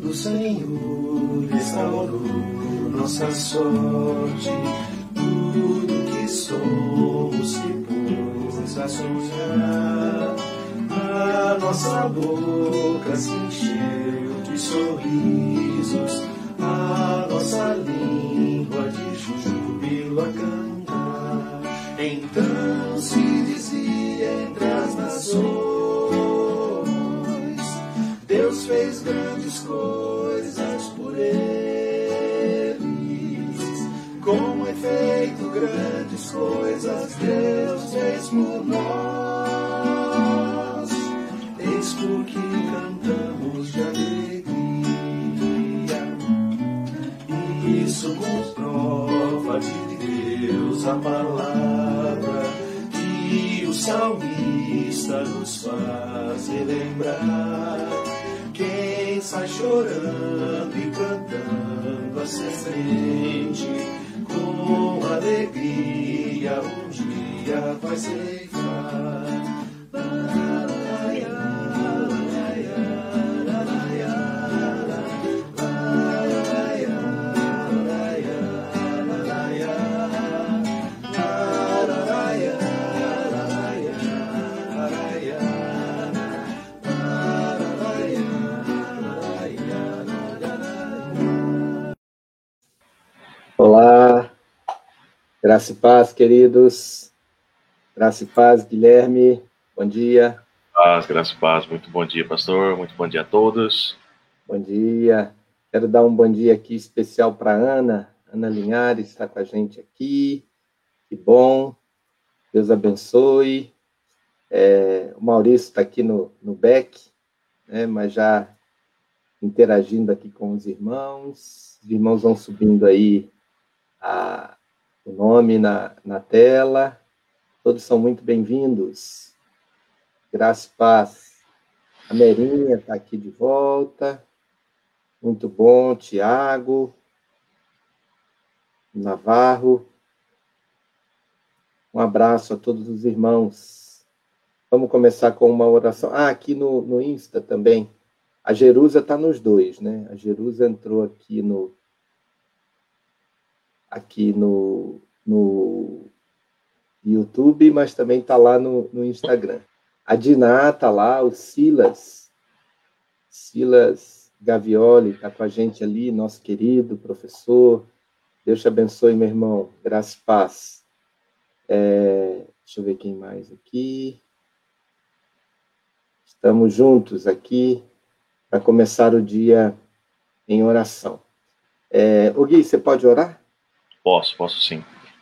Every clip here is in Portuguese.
O Senhor restaurou nossa sorte, tudo que somos se pôs a sonhar. A nossa boca se encheu de sorrisos, a nossa língua de júbilo a cantar. Então se dizia entre as nações, Deus fez grandes coisas por eles. Com efeito, grandes coisas Deus fez por nós. Eis porque cantamos de alegria. Isso comprova de Deus a palavra que o salmista nos faz relembrar. Quem sai chorando e cantando a semente, com alegria um dia vai ceifar. Olá, graça e paz, queridos. Graça e paz, Guilherme. Bom dia. Paz, graça e paz. Muito bom dia, pastor. Muito bom dia a todos. Bom dia. Quero dar um bom dia aqui especial para Ana. Ana Linhares está com a gente aqui. Que bom. Deus abençoe. O Maurício está aqui no back, né, mas já interagindo aqui com os irmãos. Os irmãos vão subindo aí o nome na tela. Todos são muito bem-vindos. Graça e paz. A Merinha está aqui de volta. Muito bom. Tiago. Navarro. Um abraço a todos os irmãos. Vamos começar com uma oração. Aqui no Insta também. A Jerusa está nos dois, né? A Jerusa entrou aqui no YouTube, mas também está lá no Instagram. A Diná está lá, o Silas Gavioli está com a gente ali, nosso querido professor. Deus te abençoe, meu irmão. Graça e paz. Deixa eu ver quem mais aqui. Estamos juntos aqui para começar o dia em oração. Gui, você pode orar? Posso sim.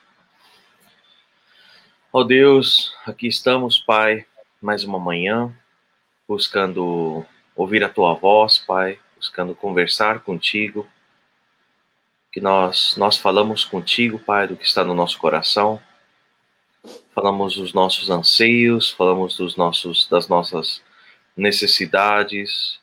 Ó Deus, aqui estamos, Pai, mais uma manhã, buscando ouvir a Tua voz, Pai, buscando conversar contigo, que nós falamos contigo, Pai, do que está no nosso coração, falamos dos nossos anseios, falamos das nossas necessidades,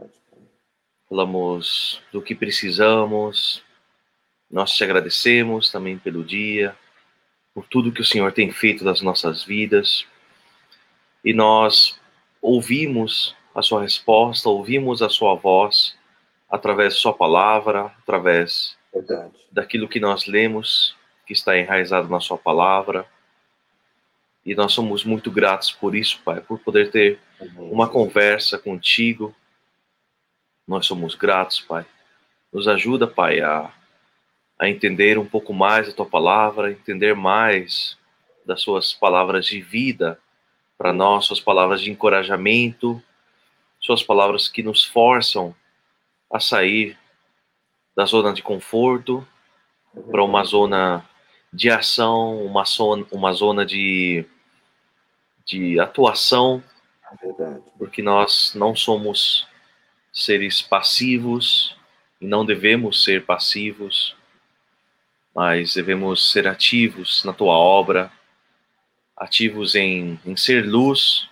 falamos do que precisamos. Nós te agradecemos também pelo dia, por tudo que o Senhor tem feito das nossas vidas. E nós ouvimos a sua resposta, ouvimos a sua voz, através da sua palavra, através daquilo que nós lemos, que está enraizado na sua palavra. E nós somos muito gratos por isso, Pai, por poder ter uma conversa contigo. Nós somos gratos, Pai. Nos ajuda, Pai, a entender um pouco mais a Tua palavra, entender mais das Suas palavras de vida para nós, Suas palavras de encorajamento, Suas palavras que nos forçam a sair da zona de conforto para uma zona de ação, uma zona de atuação, porque nós não somos seres passivos e não devemos ser passivos, mas devemos ser ativos na Tua obra, ativos em ser luz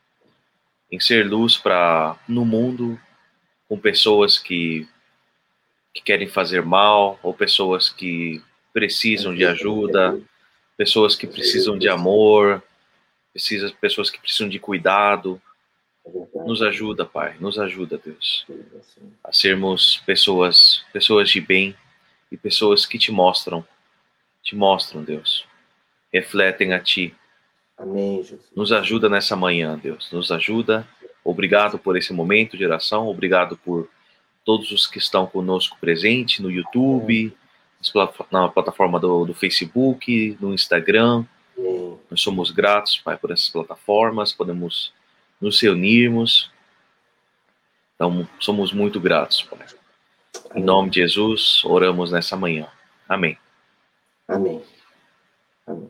no mundo, com pessoas que querem fazer mal, ou pessoas que precisam de ajuda, pessoas que precisam de amor, pessoas que precisam de cuidado. É verdade. Nos ajuda, Pai, nos ajuda, Deus, Assim. a sermos pessoas de bem e pessoas que te mostram, Deus, refletem a Ti. Amém, Jesus. Nos ajuda nessa manhã, Deus, nos ajuda. Obrigado por esse momento de oração, obrigado por todos os que estão conosco presentes no YouTube, na plataforma do Facebook, no Instagram. Amém. Nós somos gratos, Pai, por essas plataformas, podemos nos reunirmos. Então, somos muito gratos, Pai. Em nome de Jesus, oramos nessa manhã. Amém. Amém. Amém.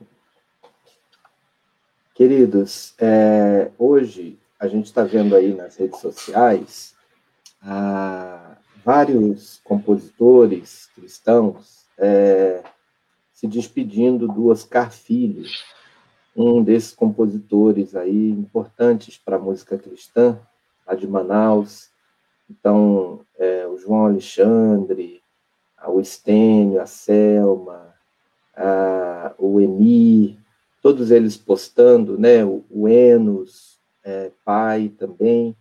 Queridos, hoje a gente está vendo aí nas redes sociais vários compositores cristãos se despedindo do Oscar Filho, um desses compositores aí importantes para a música cristã, lá de Manaus. Então, o João Alexandre, o Estênio, a Selma, o Eni, todos eles postando, né? O Enos, pai também.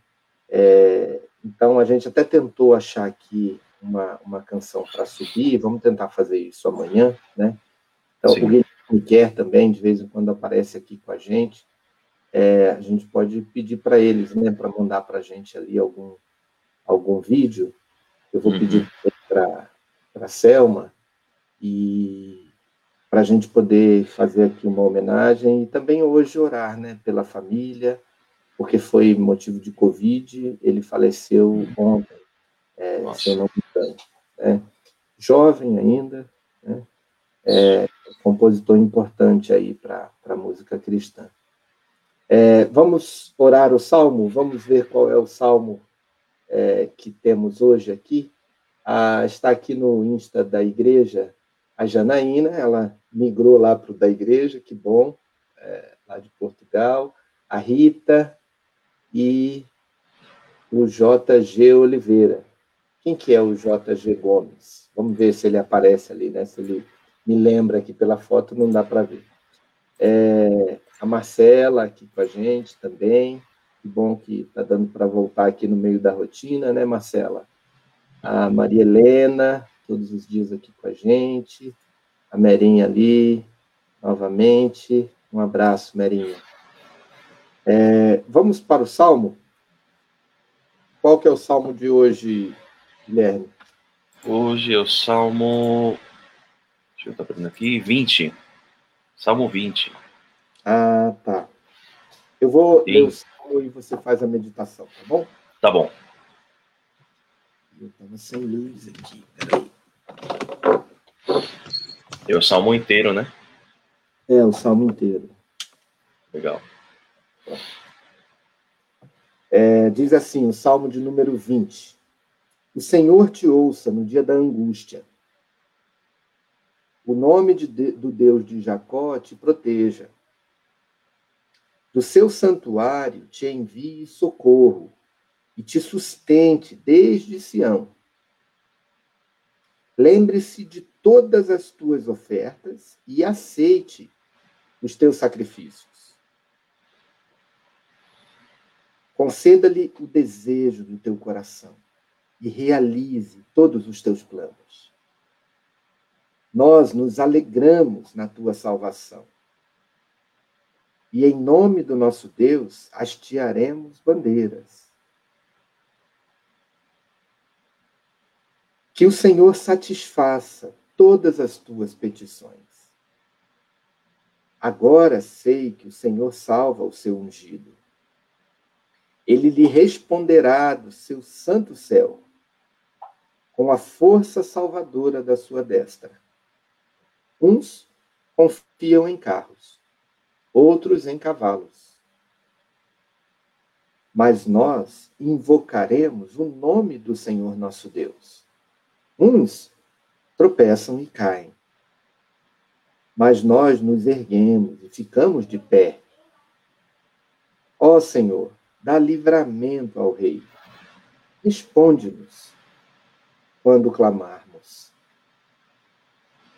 Então, a gente até tentou achar aqui uma canção para subir, vamos tentar fazer isso amanhã, né? Então, sim. O Guilherme Quer também, de vez em quando, aparece aqui com a gente. A gente pode pedir para eles, né, para mandar para a gente ali algum vídeo. Eu vou pedir para a Selma, e para a gente poder fazer aqui uma homenagem, e também hoje orar, né, pela família, porque foi motivo de Covid, ele faleceu ontem, se eu não me engano, né? Jovem ainda, né? Compositor importante aí para a música cristã. Vamos orar o Salmo, vamos ver qual é o Salmo que temos hoje aqui. Está aqui no Insta da igreja a Janaína, ela migrou lá para o da igreja, que bom, lá de Portugal, a Rita e o JG Oliveira. Quem que é o JG Gomes? Vamos ver se ele aparece ali, né? Se ele me lembra aqui pela foto, não dá para ver. A Marcela aqui com a gente também. Que bom que está dando para voltar aqui no meio da rotina, né, Marcela? A Maria Helena, todos os dias aqui com a gente. A Merinha ali, novamente. Um abraço, Merinha. Vamos para o Salmo? Qual que é o Salmo de hoje, Guilherme? Hoje é o Salmo... Deixa eu estar abrindo aqui. 20. Salmo 20. Ah, tá. Eu vou ler o Salmo e você faz a meditação, tá bom? Tá bom. Eu estava sem luz aqui, peraí. É o Salmo inteiro, né? O Salmo inteiro. Legal. Diz assim, o Salmo de número 20. O Senhor te ouça no dia da angústia. O nome do Deus de Jacó te proteja. Do seu santuário te envie socorro e te sustente desde Sião. Lembre-se de todas as tuas ofertas e aceite os teus sacrifícios. Conceda-lhe o desejo do teu coração e realize todos os teus planos. Nós nos alegramos na tua salvação. E em nome do nosso Deus, hastearemos bandeiras. Que o Senhor satisfaça todas as tuas petições. Agora sei que o Senhor salva o seu ungido. Ele lhe responderá do seu santo céu, com a força salvadora da sua destra. Uns confiam em carros, outros em cavalos. Mas nós invocaremos o nome do Senhor nosso Deus. Uns tropeçam e caem, mas nós nos erguemos e ficamos de pé. Ó Senhor, dá livramento ao rei. Responde-nos quando clamarmos.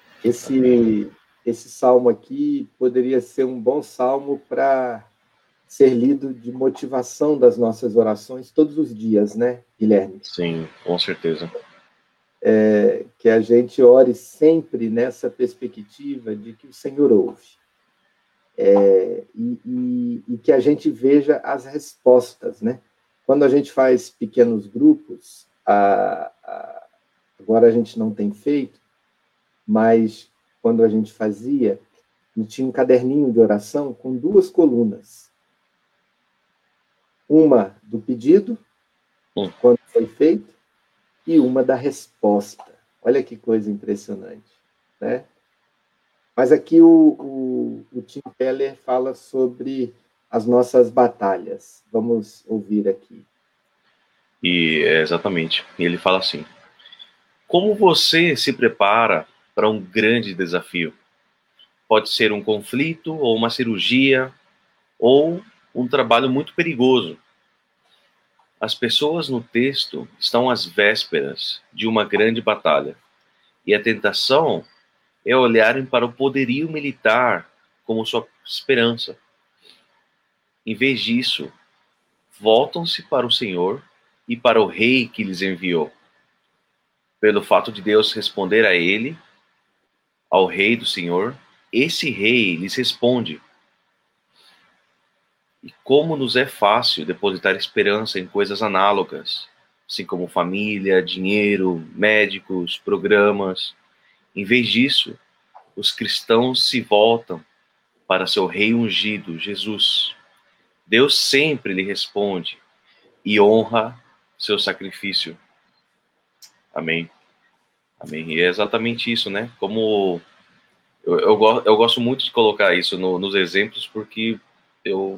Esse salmo aqui poderia ser um bom salmo para ser lido de motivação das nossas orações todos os dias, né, Guilherme? Sim, com certeza. Que a gente ore sempre nessa perspectiva de que o Senhor ouve. E que a gente veja as respostas, né? Quando a gente faz pequenos grupos, agora a gente não tem feito, mas quando a gente fazia, a gente tinha um caderninho de oração com 2 colunas. Uma do pedido, quando foi feito, e uma da resposta. Olha que coisa impressionante, né? Mas aqui o Tim Keller fala sobre as nossas batalhas. Vamos ouvir aqui. Exatamente. Ele fala assim: como você se prepara para um grande desafio? Pode ser um conflito, ou uma cirurgia, ou um trabalho muito perigoso. As pessoas no texto estão às vésperas de uma grande batalha, e a tentação é olharem para o poderio militar como sua esperança. Em vez disso, voltam-se para o Senhor e para o Rei que lhes enviou. Pelo fato de Deus responder a ele, ao Rei do Senhor, esse Rei lhes responde. E como nos é fácil depositar esperança em coisas análogas, assim como família, dinheiro, médicos, programas. Em vez disso, os cristãos se voltam para seu Rei ungido, Jesus. Deus sempre lhe responde e honra seu sacrifício. Amém. Amém. E é exatamente isso, né? Como eu gosto muito de colocar isso nos exemplos, porque eu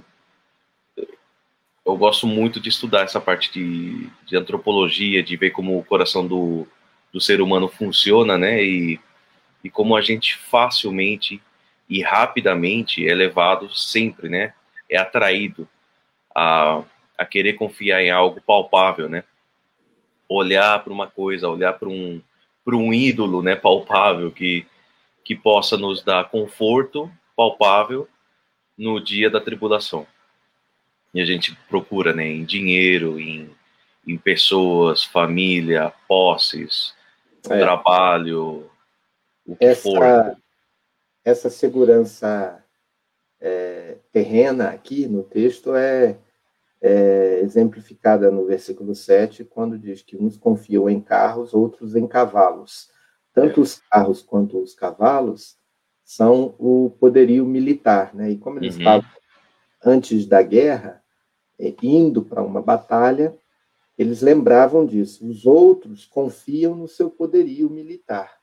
gosto muito de estudar essa parte de antropologia, de ver como o coração do ser humano funciona, né? E como a gente facilmente e rapidamente é levado sempre, né? É atraído a querer confiar em algo palpável, né? Olhar para uma coisa, olhar para um ídolo, né? Palpável que possa nos dar conforto palpável no dia da tribulação. E a gente procura, né, em dinheiro, em pessoas, família, posses, trabalho, o que for. Essa segurança terrena aqui no texto é exemplificada no versículo 7, quando diz que uns confiam em carros, outros em cavalos. Tanto os carros quanto os cavalos são o poderio militar, né? E como eles estavam antes da guerra, indo para uma batalha, eles lembravam disso. Os outros confiam no seu poderio militar.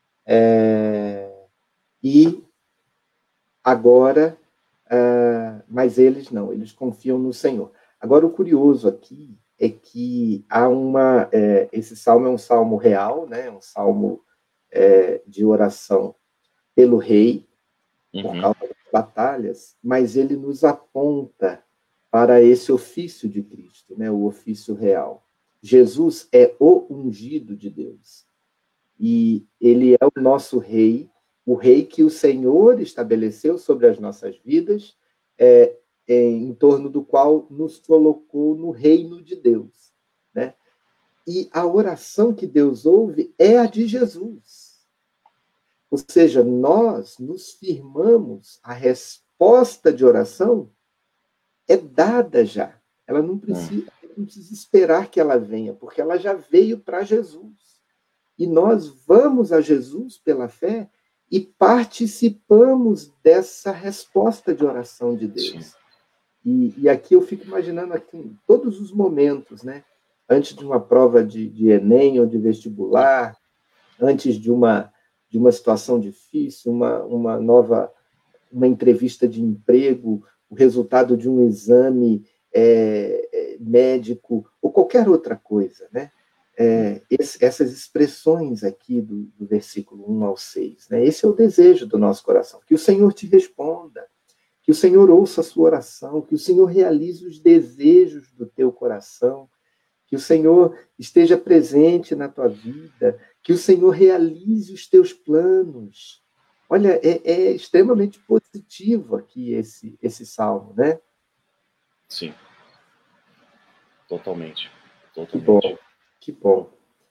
E agora, mas eles não, eles confiam no Senhor. Agora, o curioso aqui é que há esse salmo é um salmo real, né? Um salmo de oração pelo rei, por causa das batalhas, mas ele nos aponta para esse ofício de Cristo, né? O ofício real. Jesus é o ungido de Deus. E ele é o nosso rei, o rei que o Senhor estabeleceu sobre as nossas vidas, em torno do qual nos colocou no reino de Deus, né? E a oração que Deus ouve é a de Jesus. Ou seja, nós nos firmamos, a resposta de oração é dada já. Ela não precisa esperar que ela venha, porque ela já veio para Jesus. E nós vamos a Jesus pela fé e participamos dessa resposta de oração de Deus. E aqui eu fico imaginando aqui, em todos os momentos, né? Antes de uma prova de Enem ou de vestibular, antes de uma situação difícil, uma entrevista de emprego, o resultado de um exame médico, ou qualquer outra coisa, né? Essas expressões aqui do versículo 1 ao 6, né? Esse é o desejo do nosso coração, que o Senhor te responda, que o Senhor ouça a sua oração, que o Senhor realize os desejos do teu coração, que o Senhor esteja presente na tua vida, que o Senhor realize os teus planos. Olha, é extremamente positivo aqui esse salmo, né? Sim, totalmente. Que bom, que bom.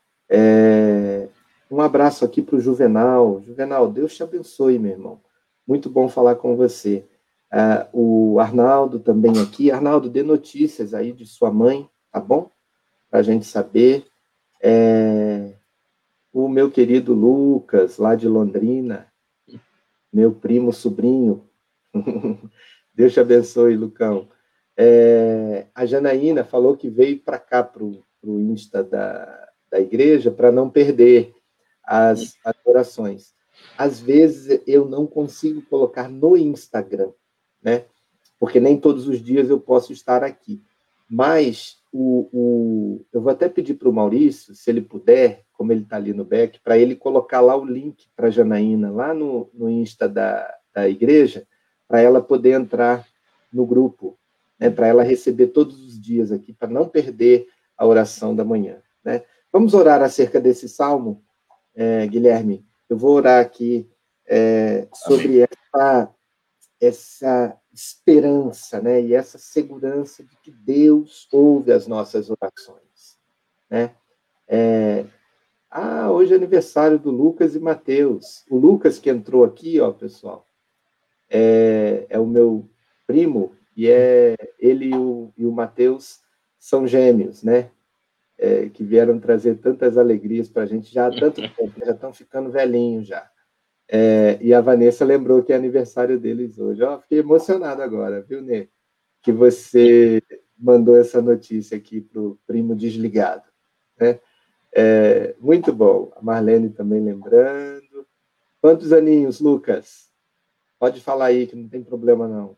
Um abraço aqui para o Juvenal. Juvenal, Deus te abençoe, meu irmão. Muito bom falar com você. O Arnaldo também aqui. Arnaldo, dê notícias aí de sua mãe, tá bom? Para a gente saber. O meu querido Lucas, lá de Londrina, meu primo, sobrinho. Deus te abençoe, Lucão. A Janaína falou que veio para cá, para o Insta da igreja, para não perder as orações. Às vezes eu não consigo colocar no Instagram, né? Porque nem todos os dias eu posso estar aqui. Mas eu vou até pedir para o Maurício, se ele puder, como ele está ali no back, para ele colocar lá o link para a Janaína, lá no Insta da igreja, para ela poder entrar no grupo, né, para ela receber todos os dias aqui, para não perder a oração da manhã. Né? Vamos orar acerca desse salmo, Guilherme? Eu vou orar aqui sobre essa esperança, né, e essa segurança de que Deus ouve as nossas orações. Né? Hoje é aniversário do Lucas e Mateus. O Lucas que entrou aqui, ó, pessoal, é o meu primo, e ele e o Mateus são gêmeos, né? Que vieram trazer tantas alegrias para a gente já há tanto tempo, já estão ficando velhinhos já. E a Vanessa lembrou que é aniversário deles hoje. Fiquei emocionado agora, viu, Nê? Que você mandou essa notícia aqui para o primo desligado. Né? Muito bom. A Marlene também lembrando. Quantos aninhos, Lucas? Pode falar aí, que não tem problema, não.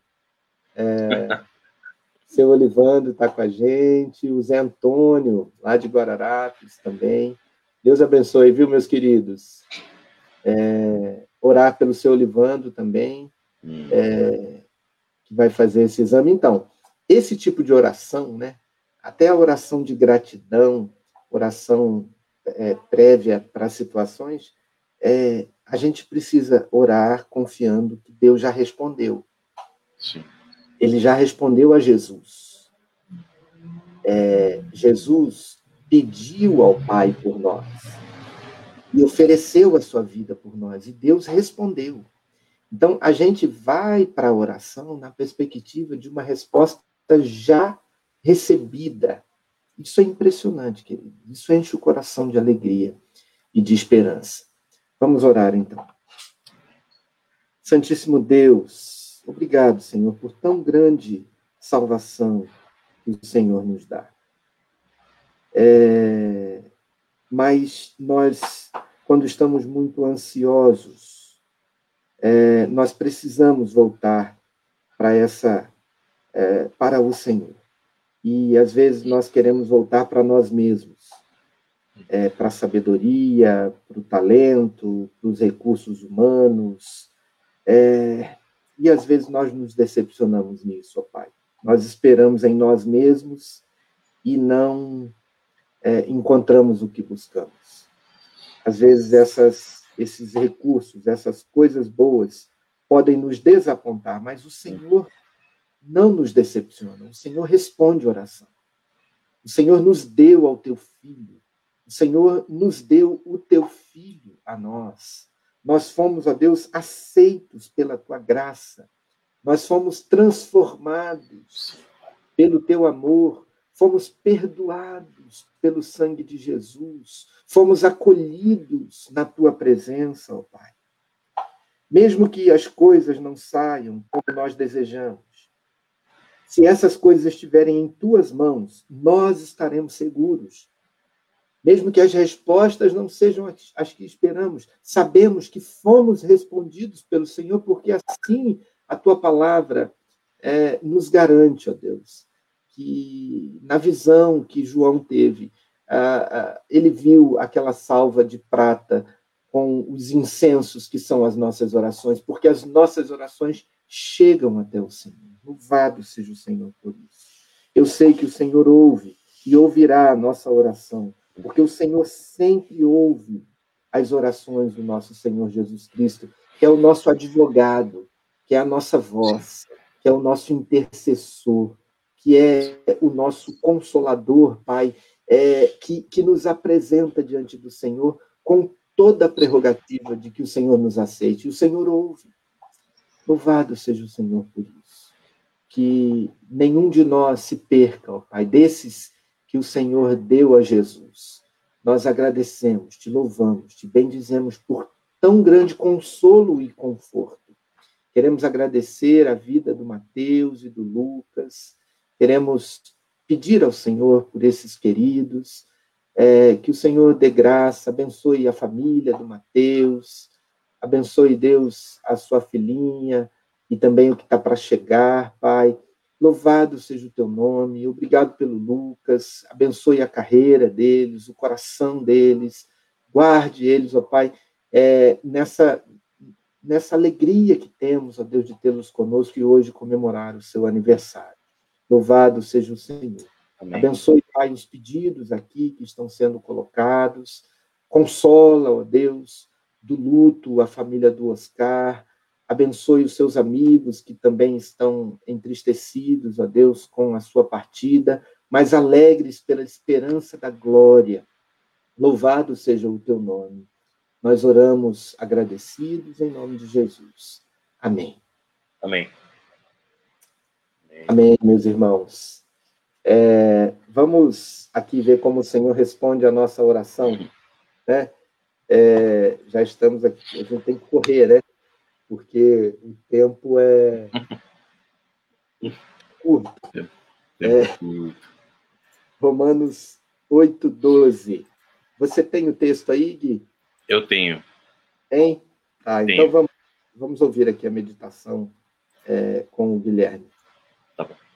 Seu Olivando está com a gente, o Zé Antônio, lá de Guararapes também. Deus abençoe, viu, meus queridos? Orar pelo seu Olivando também, que vai fazer esse exame. Então, esse tipo de oração, né? Até a oração de gratidão, oração prévia para situações, a gente precisa orar confiando que Deus já respondeu. Sim. Ele já respondeu a Jesus. Jesus pediu ao Pai por nós e ofereceu a sua vida por nós, e Deus respondeu. Então, a gente vai para a oração na perspectiva de uma resposta já recebida. Isso é impressionante, querido. Isso enche o coração de alegria e de esperança. Vamos orar, então. Santíssimo Deus, obrigado, Senhor, por tão grande salvação que o Senhor nos dá. Mas nós, quando estamos muito ansiosos, nós precisamos voltar para o Senhor. E, às vezes, nós queremos voltar para nós mesmos, para a sabedoria, para o talento, para os recursos humanos. E, às vezes, nós nos decepcionamos nisso, ó Pai. Nós esperamos em nós mesmos e não encontramos o que buscamos. Às vezes, esses recursos, essas coisas boas, podem nos desapontar, mas o Senhor não nos decepciona. O Senhor responde oração. O Senhor nos deu ao teu Filho. O Senhor nos deu o teu Filho a nós. Nós fomos, ó Deus, aceitos pela tua graça. Nós fomos transformados pelo teu amor. Fomos perdoados pelo sangue de Jesus. Fomos acolhidos na tua presença, ó Pai. Mesmo que as coisas não saiam como nós desejamos, se essas coisas estiverem em tuas mãos, nós estaremos seguros. Mesmo que as respostas não sejam as que esperamos, sabemos que fomos respondidos pelo Senhor, porque assim a tua palavra nos garante, ó Deus, que na visão que João teve, ele viu aquela salva de prata com os incensos que são as nossas orações, porque as nossas orações chegam até o Senhor. Louvado seja o Senhor por isso. Eu sei que o Senhor ouve e ouvirá a nossa oração, porque o Senhor sempre ouve as orações do nosso Senhor Jesus Cristo, que é o nosso advogado, que é a nossa voz, que é o nosso intercessor, que é o nosso Consolador, Pai, que nos apresenta diante do Senhor com toda a prerrogativa de que o Senhor nos aceite. E o Senhor ouve. Louvado seja o Senhor por isso. Que nenhum de nós se perca, ó Pai, desses que o Senhor deu a Jesus. Nós agradecemos, te louvamos, te bendizemos por tão grande consolo e conforto. Queremos agradecer a vida do Mateus e do Lucas. Queremos pedir ao Senhor por esses queridos, que o Senhor dê graça, abençoe a família do Mateus, abençoe, Deus, a sua filhinha e também o que está para chegar, Pai. Louvado seja o teu nome, obrigado pelo Lucas, abençoe a carreira deles, o coração deles, guarde eles, ó Pai, nessa alegria que temos, ó Deus, de tê-los conosco e hoje comemorar o seu aniversário. Louvado seja o Senhor. Amém. Abençoe, Pai, os pedidos aqui que estão sendo colocados, consola, ó Deus, do luto, a família do Oscar, abençoe os seus amigos que também estão entristecidos, ó Deus, com a sua partida, mas alegres pela esperança da glória. Louvado seja o teu nome. Nós oramos agradecidos em nome de Jesus. Amém. Amém. Amém, meus irmãos. Vamos aqui ver como o Senhor responde a nossa oração, né? Já estamos aqui, a gente tem que correr, né? Porque o tempo é curto. Romanos 8:12. Você tem o texto aí, Gui? Eu tenho. Tem? Tá, então vamos ouvir aqui a meditação com o Guilherme. Tá bom.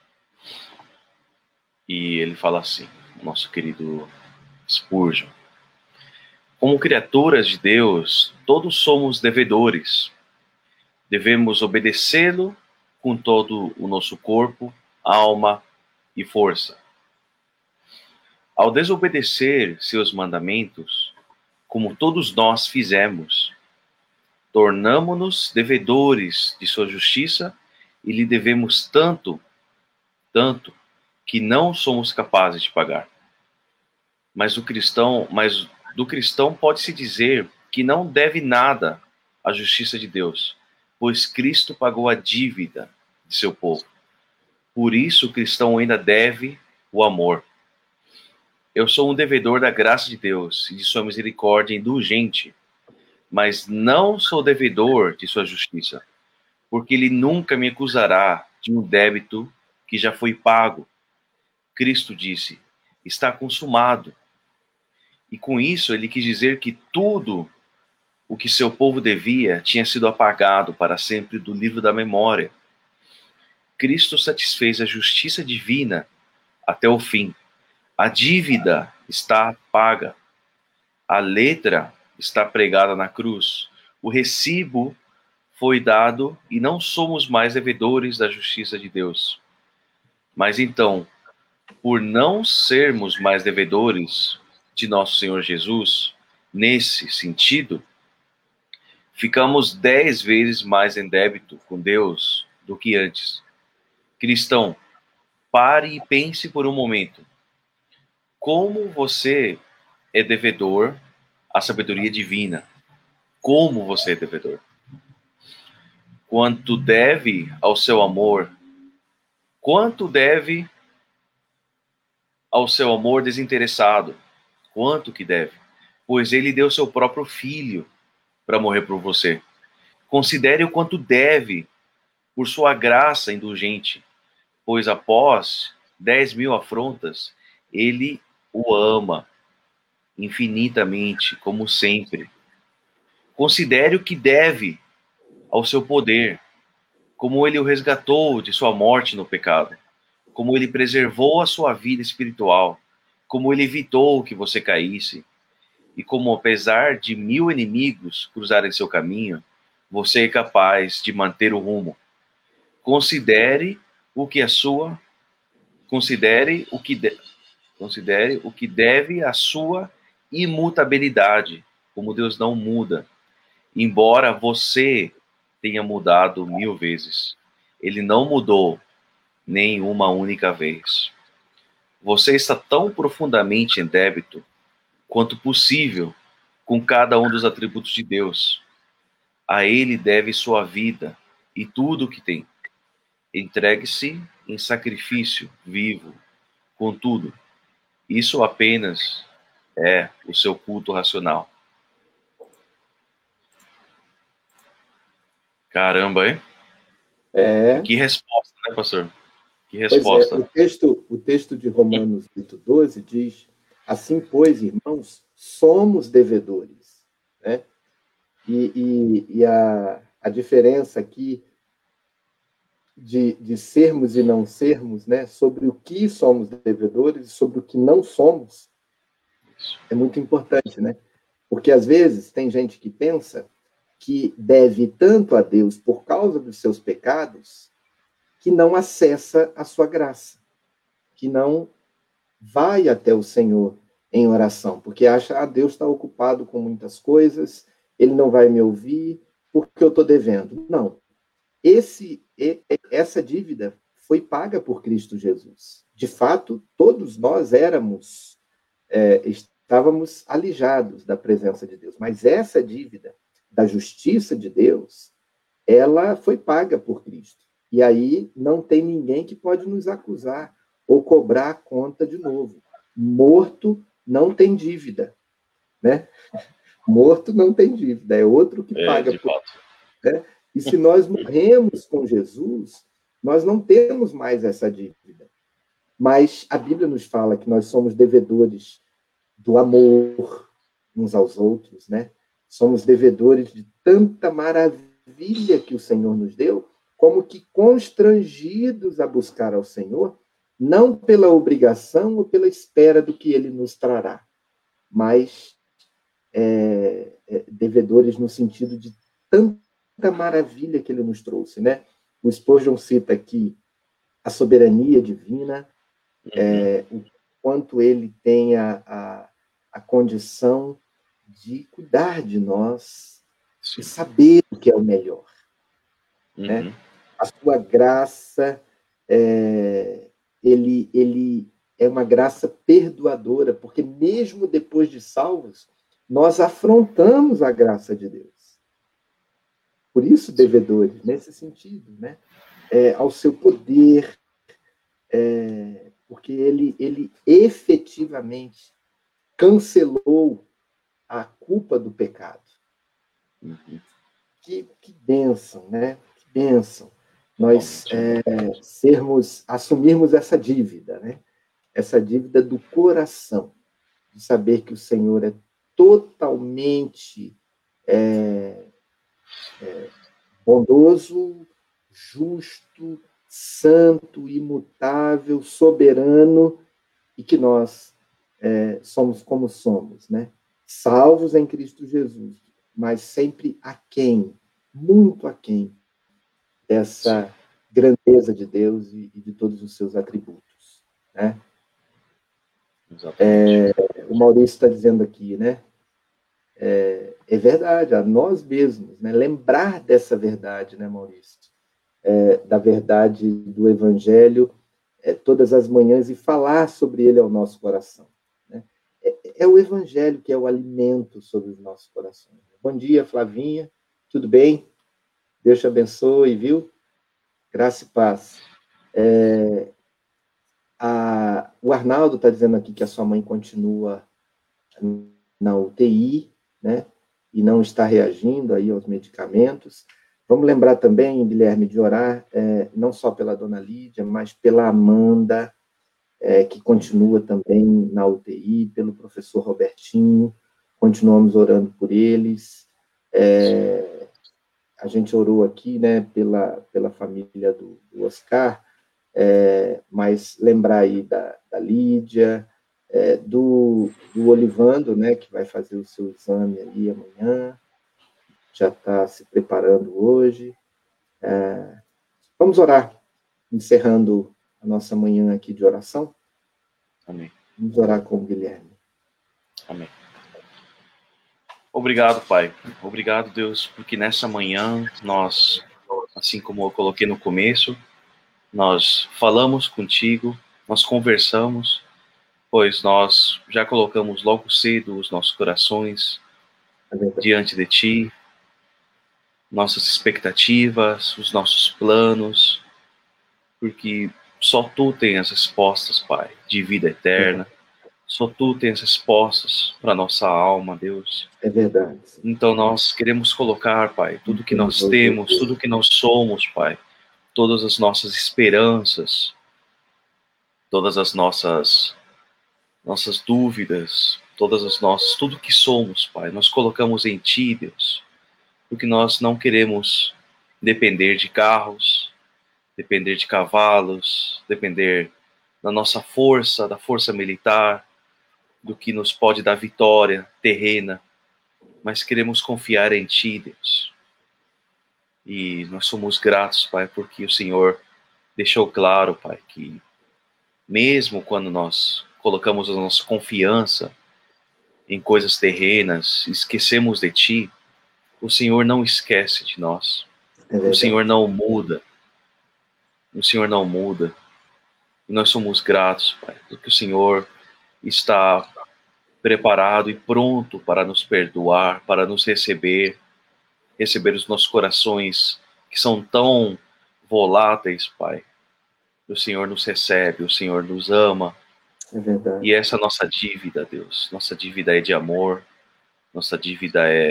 E ele fala assim, nosso querido Spurgeon: como criaturas de Deus, todos somos devedores. Devemos obedecê-lo com todo o nosso corpo, alma e força. Ao desobedecer seus mandamentos, como todos nós fizemos, tornamo-nos devedores de sua justiça e lhe devemos tanto que não somos capazes de pagar. Mas do cristão pode-se dizer que não deve nada à justiça de Deus, pois Cristo pagou a dívida de seu povo. Por isso o cristão ainda deve o amor. Eu sou um devedor da graça de Deus e de sua misericórdia indulgente, mas não sou devedor de sua justiça, porque ele nunca me acusará de um débito que já foi pago. Cristo disse: está consumado. E com isso ele quis dizer que tudo o que seu povo devia tinha sido apagado para sempre do livro da memória. Cristo satisfez a justiça divina até o fim. A dívida está paga. A letra está pregada na cruz. O recibo foi dado e não somos mais devedores da justiça de Deus. Mas então, por não sermos mais devedores de nosso Senhor Jesus, nesse sentido, ficamos 10 vezes mais em débito com Deus do que antes. Cristão, pare e pense por um momento. Como você é devedor à sabedoria divina? Como você é devedor? Quanto deve ao seu amor? Quanto deve ao seu amor desinteressado? Quanto que deve? Pois ele deu seu próprio filho para morrer por você. Considere o quanto deve por sua graça indulgente, pois após 10.000 afrontas, ele o ama infinitamente, como sempre. Considere o que deve ao seu poder, como ele o resgatou de sua morte no pecado, como ele preservou a sua vida espiritual, como ele evitou que você caísse, e como, apesar de 1.000 inimigos cruzarem seu caminho, você é capaz de manter o rumo. Considere o que deve à sua imutabilidade, como Deus não muda. Embora você tenha mudado 1000 vezes, ele não mudou nem uma única vez. Você está tão profundamente em débito quanto possível com cada um dos atributos de Deus. A Ele deve sua vida e tudo o que tem. Entregue-se em sacrifício vivo. Contudo, isso apenas é o seu culto racional. Caramba, hein? Que resposta, né, pastor? Que resposta. Pois é, o texto de Romanos 8:12 diz: assim, pois, irmãos, somos devedores. Né? E a diferença aqui de sermos e não sermos, né, sobre o que somos devedores e sobre o que não somos, é muito importante, né? Porque, às vezes, tem gente que pensa que deve tanto a Deus por causa dos seus pecados que não acessa a sua graça, que não vai até o Senhor em oração, porque acha, Deus está ocupado com muitas coisas, Ele não vai me ouvir, porque eu estou devendo. Não. Essa dívida foi paga por Cristo Jesus. De fato, todos nós estávamos alijados da presença de Deus, mas essa dívida da justiça de Deus, ela foi paga por Cristo. E aí não tem ninguém que pode nos acusar ou cobrar a conta de novo. Morto não tem dívida, né? Morto não tem dívida, é outro que paga. De fato. Né? E se nós morremos com Jesus, nós não temos mais essa dívida. Mas a Bíblia nos fala que nós somos devedores do amor uns aos outros, né? Somos devedores de tanta maravilha que o Senhor nos deu, como que constrangidos a buscar ao Senhor, não pela obrigação ou pela espera do que Ele nos trará, mas devedores no sentido de tanta maravilha que Ele nos trouxe, né? O Spurgeon cita aqui a soberania divina, o quanto Ele tem a condição de cuidar de nós e saber o que é o melhor. Né? A sua graça, ele é uma graça perdoadora, porque mesmo depois de salvos, nós afrontamos a graça de Deus. Por isso, devedores, nesse sentido, né? Ao seu poder, porque ele efetivamente cancelou a culpa do pecado. Que bênção, né? Que bênção. Nós assumirmos essa dívida, né? Essa dívida do coração, de saber que o Senhor é totalmente bondoso, justo, santo, imutável, soberano, e que nós somos como somos, né? Salvos em Cristo Jesus, mas sempre aquém, muito aquém dessa grandeza de Deus e de todos os seus atributos, né? O Maurício está dizendo aqui, né? É verdade, a nós mesmos, né? Lembrar dessa verdade, né, Maurício? Da verdade do Evangelho todas as manhãs e falar sobre ele ao nosso coração. Né? É o Evangelho que é o alimento sobre os nossos corações. Bom dia, Flavinha. Tudo bem? Deus te abençoe, viu? Graça e paz. O Arnaldo está dizendo aqui que a sua mãe continua na UTI, né? E não está reagindo aí aos medicamentos. Vamos lembrar também, Guilherme, de orar não só pela dona Lídia, mas pela Amanda, que continua também na UTI, pelo professor Robertinho, continuamos orando por eles. A gente orou aqui, né, pela família do Oscar, mas lembrar aí da Lídia, do Olivando, né, que vai fazer o seu exame ali amanhã, já está se preparando hoje. Vamos orar, encerrando a nossa manhã aqui de oração. Amém. Vamos orar com o Guilherme. Amém. Obrigado, Pai. Obrigado, Deus, porque nessa manhã nós, assim como eu coloquei no começo, nós falamos contigo, nós conversamos, pois nós já colocamos logo cedo os nossos corações diante de ti, nossas expectativas, os nossos planos, porque só tu tens as respostas, Pai, de vida eterna. Só tu tens respostas para nossa alma, Deus. É verdade. Então nós queremos colocar, Pai, tudo que nós temos, tudo que nós somos, Pai, todas as nossas esperanças, todas as nossas dúvidas, tudo que somos, Pai, nós colocamos em Ti, Deus, porque nós não queremos depender de carros, depender de cavalos, depender da nossa força, da força militar, do que nos pode dar vitória terrena, mas queremos confiar em Ti, Deus. E nós somos gratos, Pai, porque o Senhor deixou claro, Pai, que mesmo quando nós colocamos a nossa confiança em coisas terrenas, esquecemos de Ti, o Senhor não esquece de nós. O Senhor não muda. O Senhor não muda. E nós somos gratos, Pai, porque o Senhor está preparado e pronto para nos perdoar, para nos receber os nossos corações que são tão voláteis, Pai. O Senhor nos recebe, o Senhor nos ama. É verdade. E essa é a nossa dívida, Deus. Nossa dívida é de amor. Nossa dívida é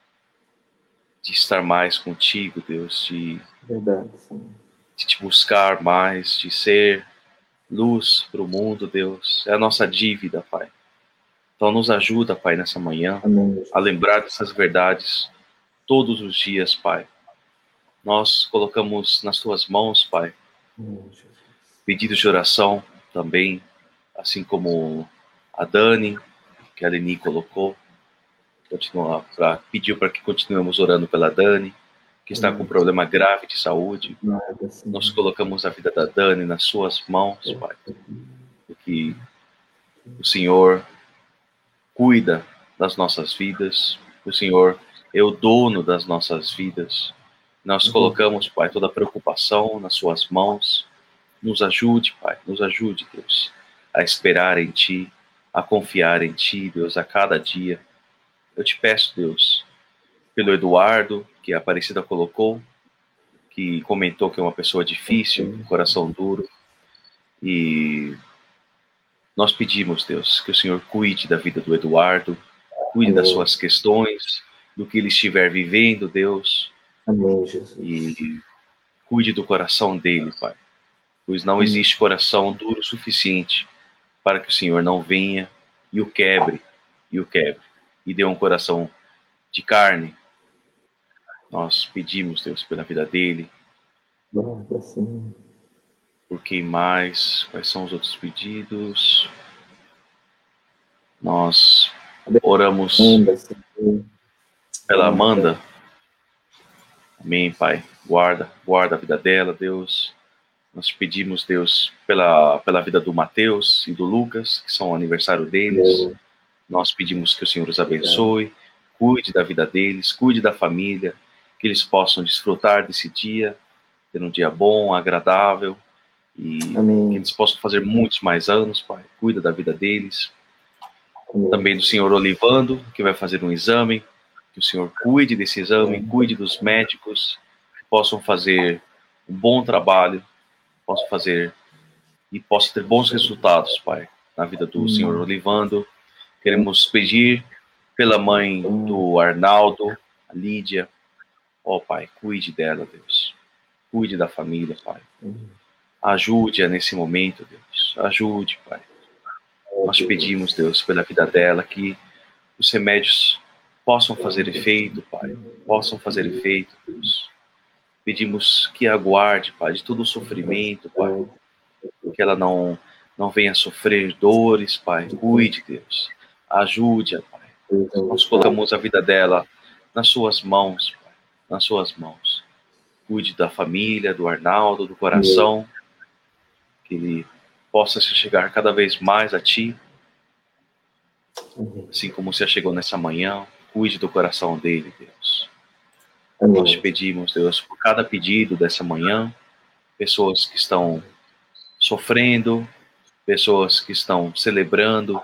de estar mais contigo, Deus, Verdade, sim. de te buscar mais, de ser luz para o mundo, Deus. É a nossa dívida, Pai. Então nos ajuda, Pai, nessa manhã, Amém. a lembrar dessas verdades todos os dias, Pai. Nós colocamos nas Tuas mãos, Pai, pedidos de oração também, assim como a Dani, que a Leni colocou, pediu para que continuemos orando pela Dani, que está com um problema grave de saúde. Nós colocamos a vida da Dani nas Suas mãos, Pai, porque o Senhor cuida das nossas vidas, o Senhor é o dono das nossas vidas. Nós colocamos, Pai, toda a preocupação nas Suas mãos. Nos ajude, Pai, nos ajude, Deus, a esperar em Ti, a confiar em Ti, Deus, a cada dia. Eu te peço, Deus, pelo Eduardo, que a Aparecida colocou, que comentou que é uma pessoa difícil, com coração duro. E nós pedimos, Deus, que o Senhor cuide da vida do Eduardo, cuide das suas questões, do que ele estiver vivendo, Deus. Amém, Jesus. E cuide do coração dele, Pai. Pois não existe coração duro o suficiente para que o Senhor não venha e o quebre, e dê um coração de carne. Nós pedimos, Deus, pela vida dele. Por quem mais? Quais são os outros pedidos? Nós oramos pela Amanda. Amém, Pai. Guarda a vida dela, Deus. Nós pedimos, Deus, pela vida do Mateus e do Lucas, que são o aniversário deles. Nós pedimos que o Senhor os abençoe, cuide da vida deles, cuide da família, que eles possam desfrutar desse dia, ter um dia bom, agradável, e que eles possam fazer muitos mais anos, Pai. Cuida da vida deles. Também do Senhor Olivando, que vai fazer um exame, que o Senhor cuide desse exame, cuide dos médicos, que possam fazer um bom trabalho, possam ter bons resultados, Pai, na vida do Senhor Olivando. Queremos pedir pela mãe do Arnaldo, a Lídia. Ó, Pai, cuide dela, Deus. Cuide da família, Pai. Ajude-a nesse momento, Deus. Ajude, Pai. Nós pedimos, Deus, pela vida dela, que os remédios possam fazer efeito, Pai. Possam fazer efeito, Deus. Pedimos que aguarde, Pai, de todo o sofrimento, Pai. Que ela não venha sofrer dores, Pai. Cuide, Deus. Ajude-a, Pai. Nós colocamos a vida dela nas Suas mãos, Pai. Nas Suas mãos. Cuide da família, do Arnaldo, do coração. Que ele possa se chegar cada vez mais a Ti. Assim como se chegou nessa manhã. Cuide do coração dele, Deus. Nós te pedimos, Deus, por cada pedido dessa manhã, pessoas que estão sofrendo, pessoas que estão celebrando.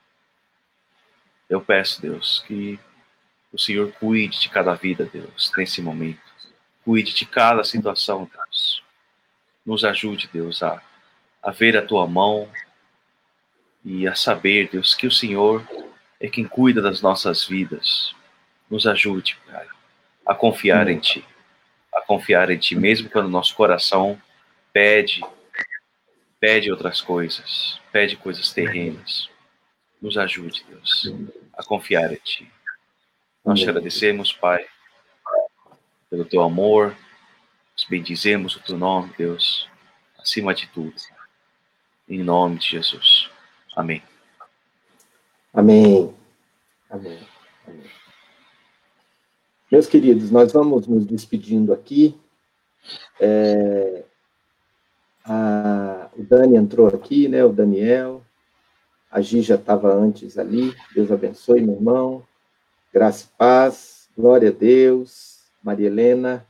Eu peço, Deus, que o Senhor cuide de cada vida, Deus, nesse momento. Cuide de cada situação, Deus. Nos ajude, Deus, a ver a Tua mão e a saber, Deus, que o Senhor é quem cuida das nossas vidas. Nos ajude, Pai, a confiar em Ti. A confiar em Ti, mesmo quando nosso coração pede outras coisas, pede coisas terrenas. Nos ajude, Deus, a confiar em Ti. Nós te agradecemos, Pai, pelo Teu amor. Nós bendizemos o Teu nome, Deus, acima de tudo. Em nome de Jesus. Amém. Amém. Amém. Amém. Meus queridos, nós vamos nos despedindo aqui. O Dani entrou aqui, né? O Daniel. A Gi já estava antes ali. Deus abençoe, meu irmão. Graça e paz. Glória a Deus. Maria Helena.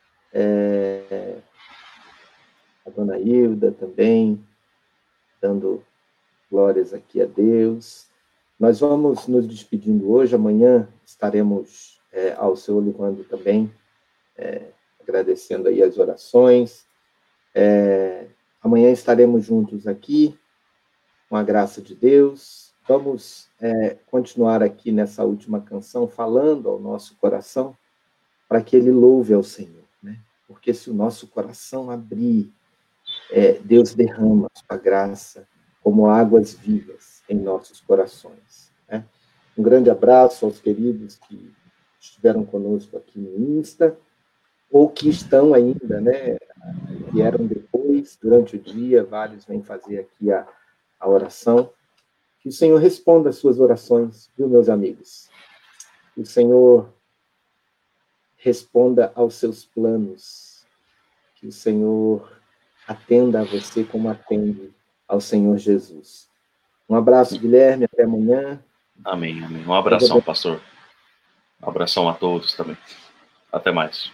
A dona Hilda também, dando glórias aqui a Deus. Nós vamos nos despedindo hoje. Amanhã estaremos ao seu Olivando também, agradecendo aí as orações. Amanhã estaremos juntos aqui, com a graça de Deus. Vamos continuar aqui nessa última canção, falando ao nosso coração, para que ele louve ao Senhor, né? Porque se o nosso coração abrir, Deus derrama a sua graça como águas vivas em nossos corações, né? Um grande abraço aos queridos que estiveram conosco aqui no Insta, ou que estão ainda, né? Vieram depois, durante o dia, vários vêm fazer aqui a oração. Que o Senhor responda às suas orações, viu, meus amigos? Que o Senhor responda aos seus planos. Que o Senhor atenda a você como atende ao Senhor Jesus. Um abraço, Guilherme, até amanhã. Amém, amém. Um abração, pastor. Um abração a todos também. Até mais.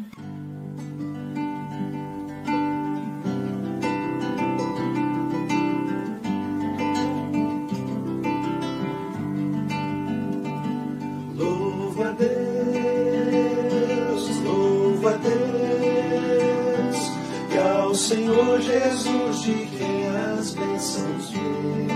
Louva a Deus, que ao Senhor Jesus de quem as bênçãos vêm.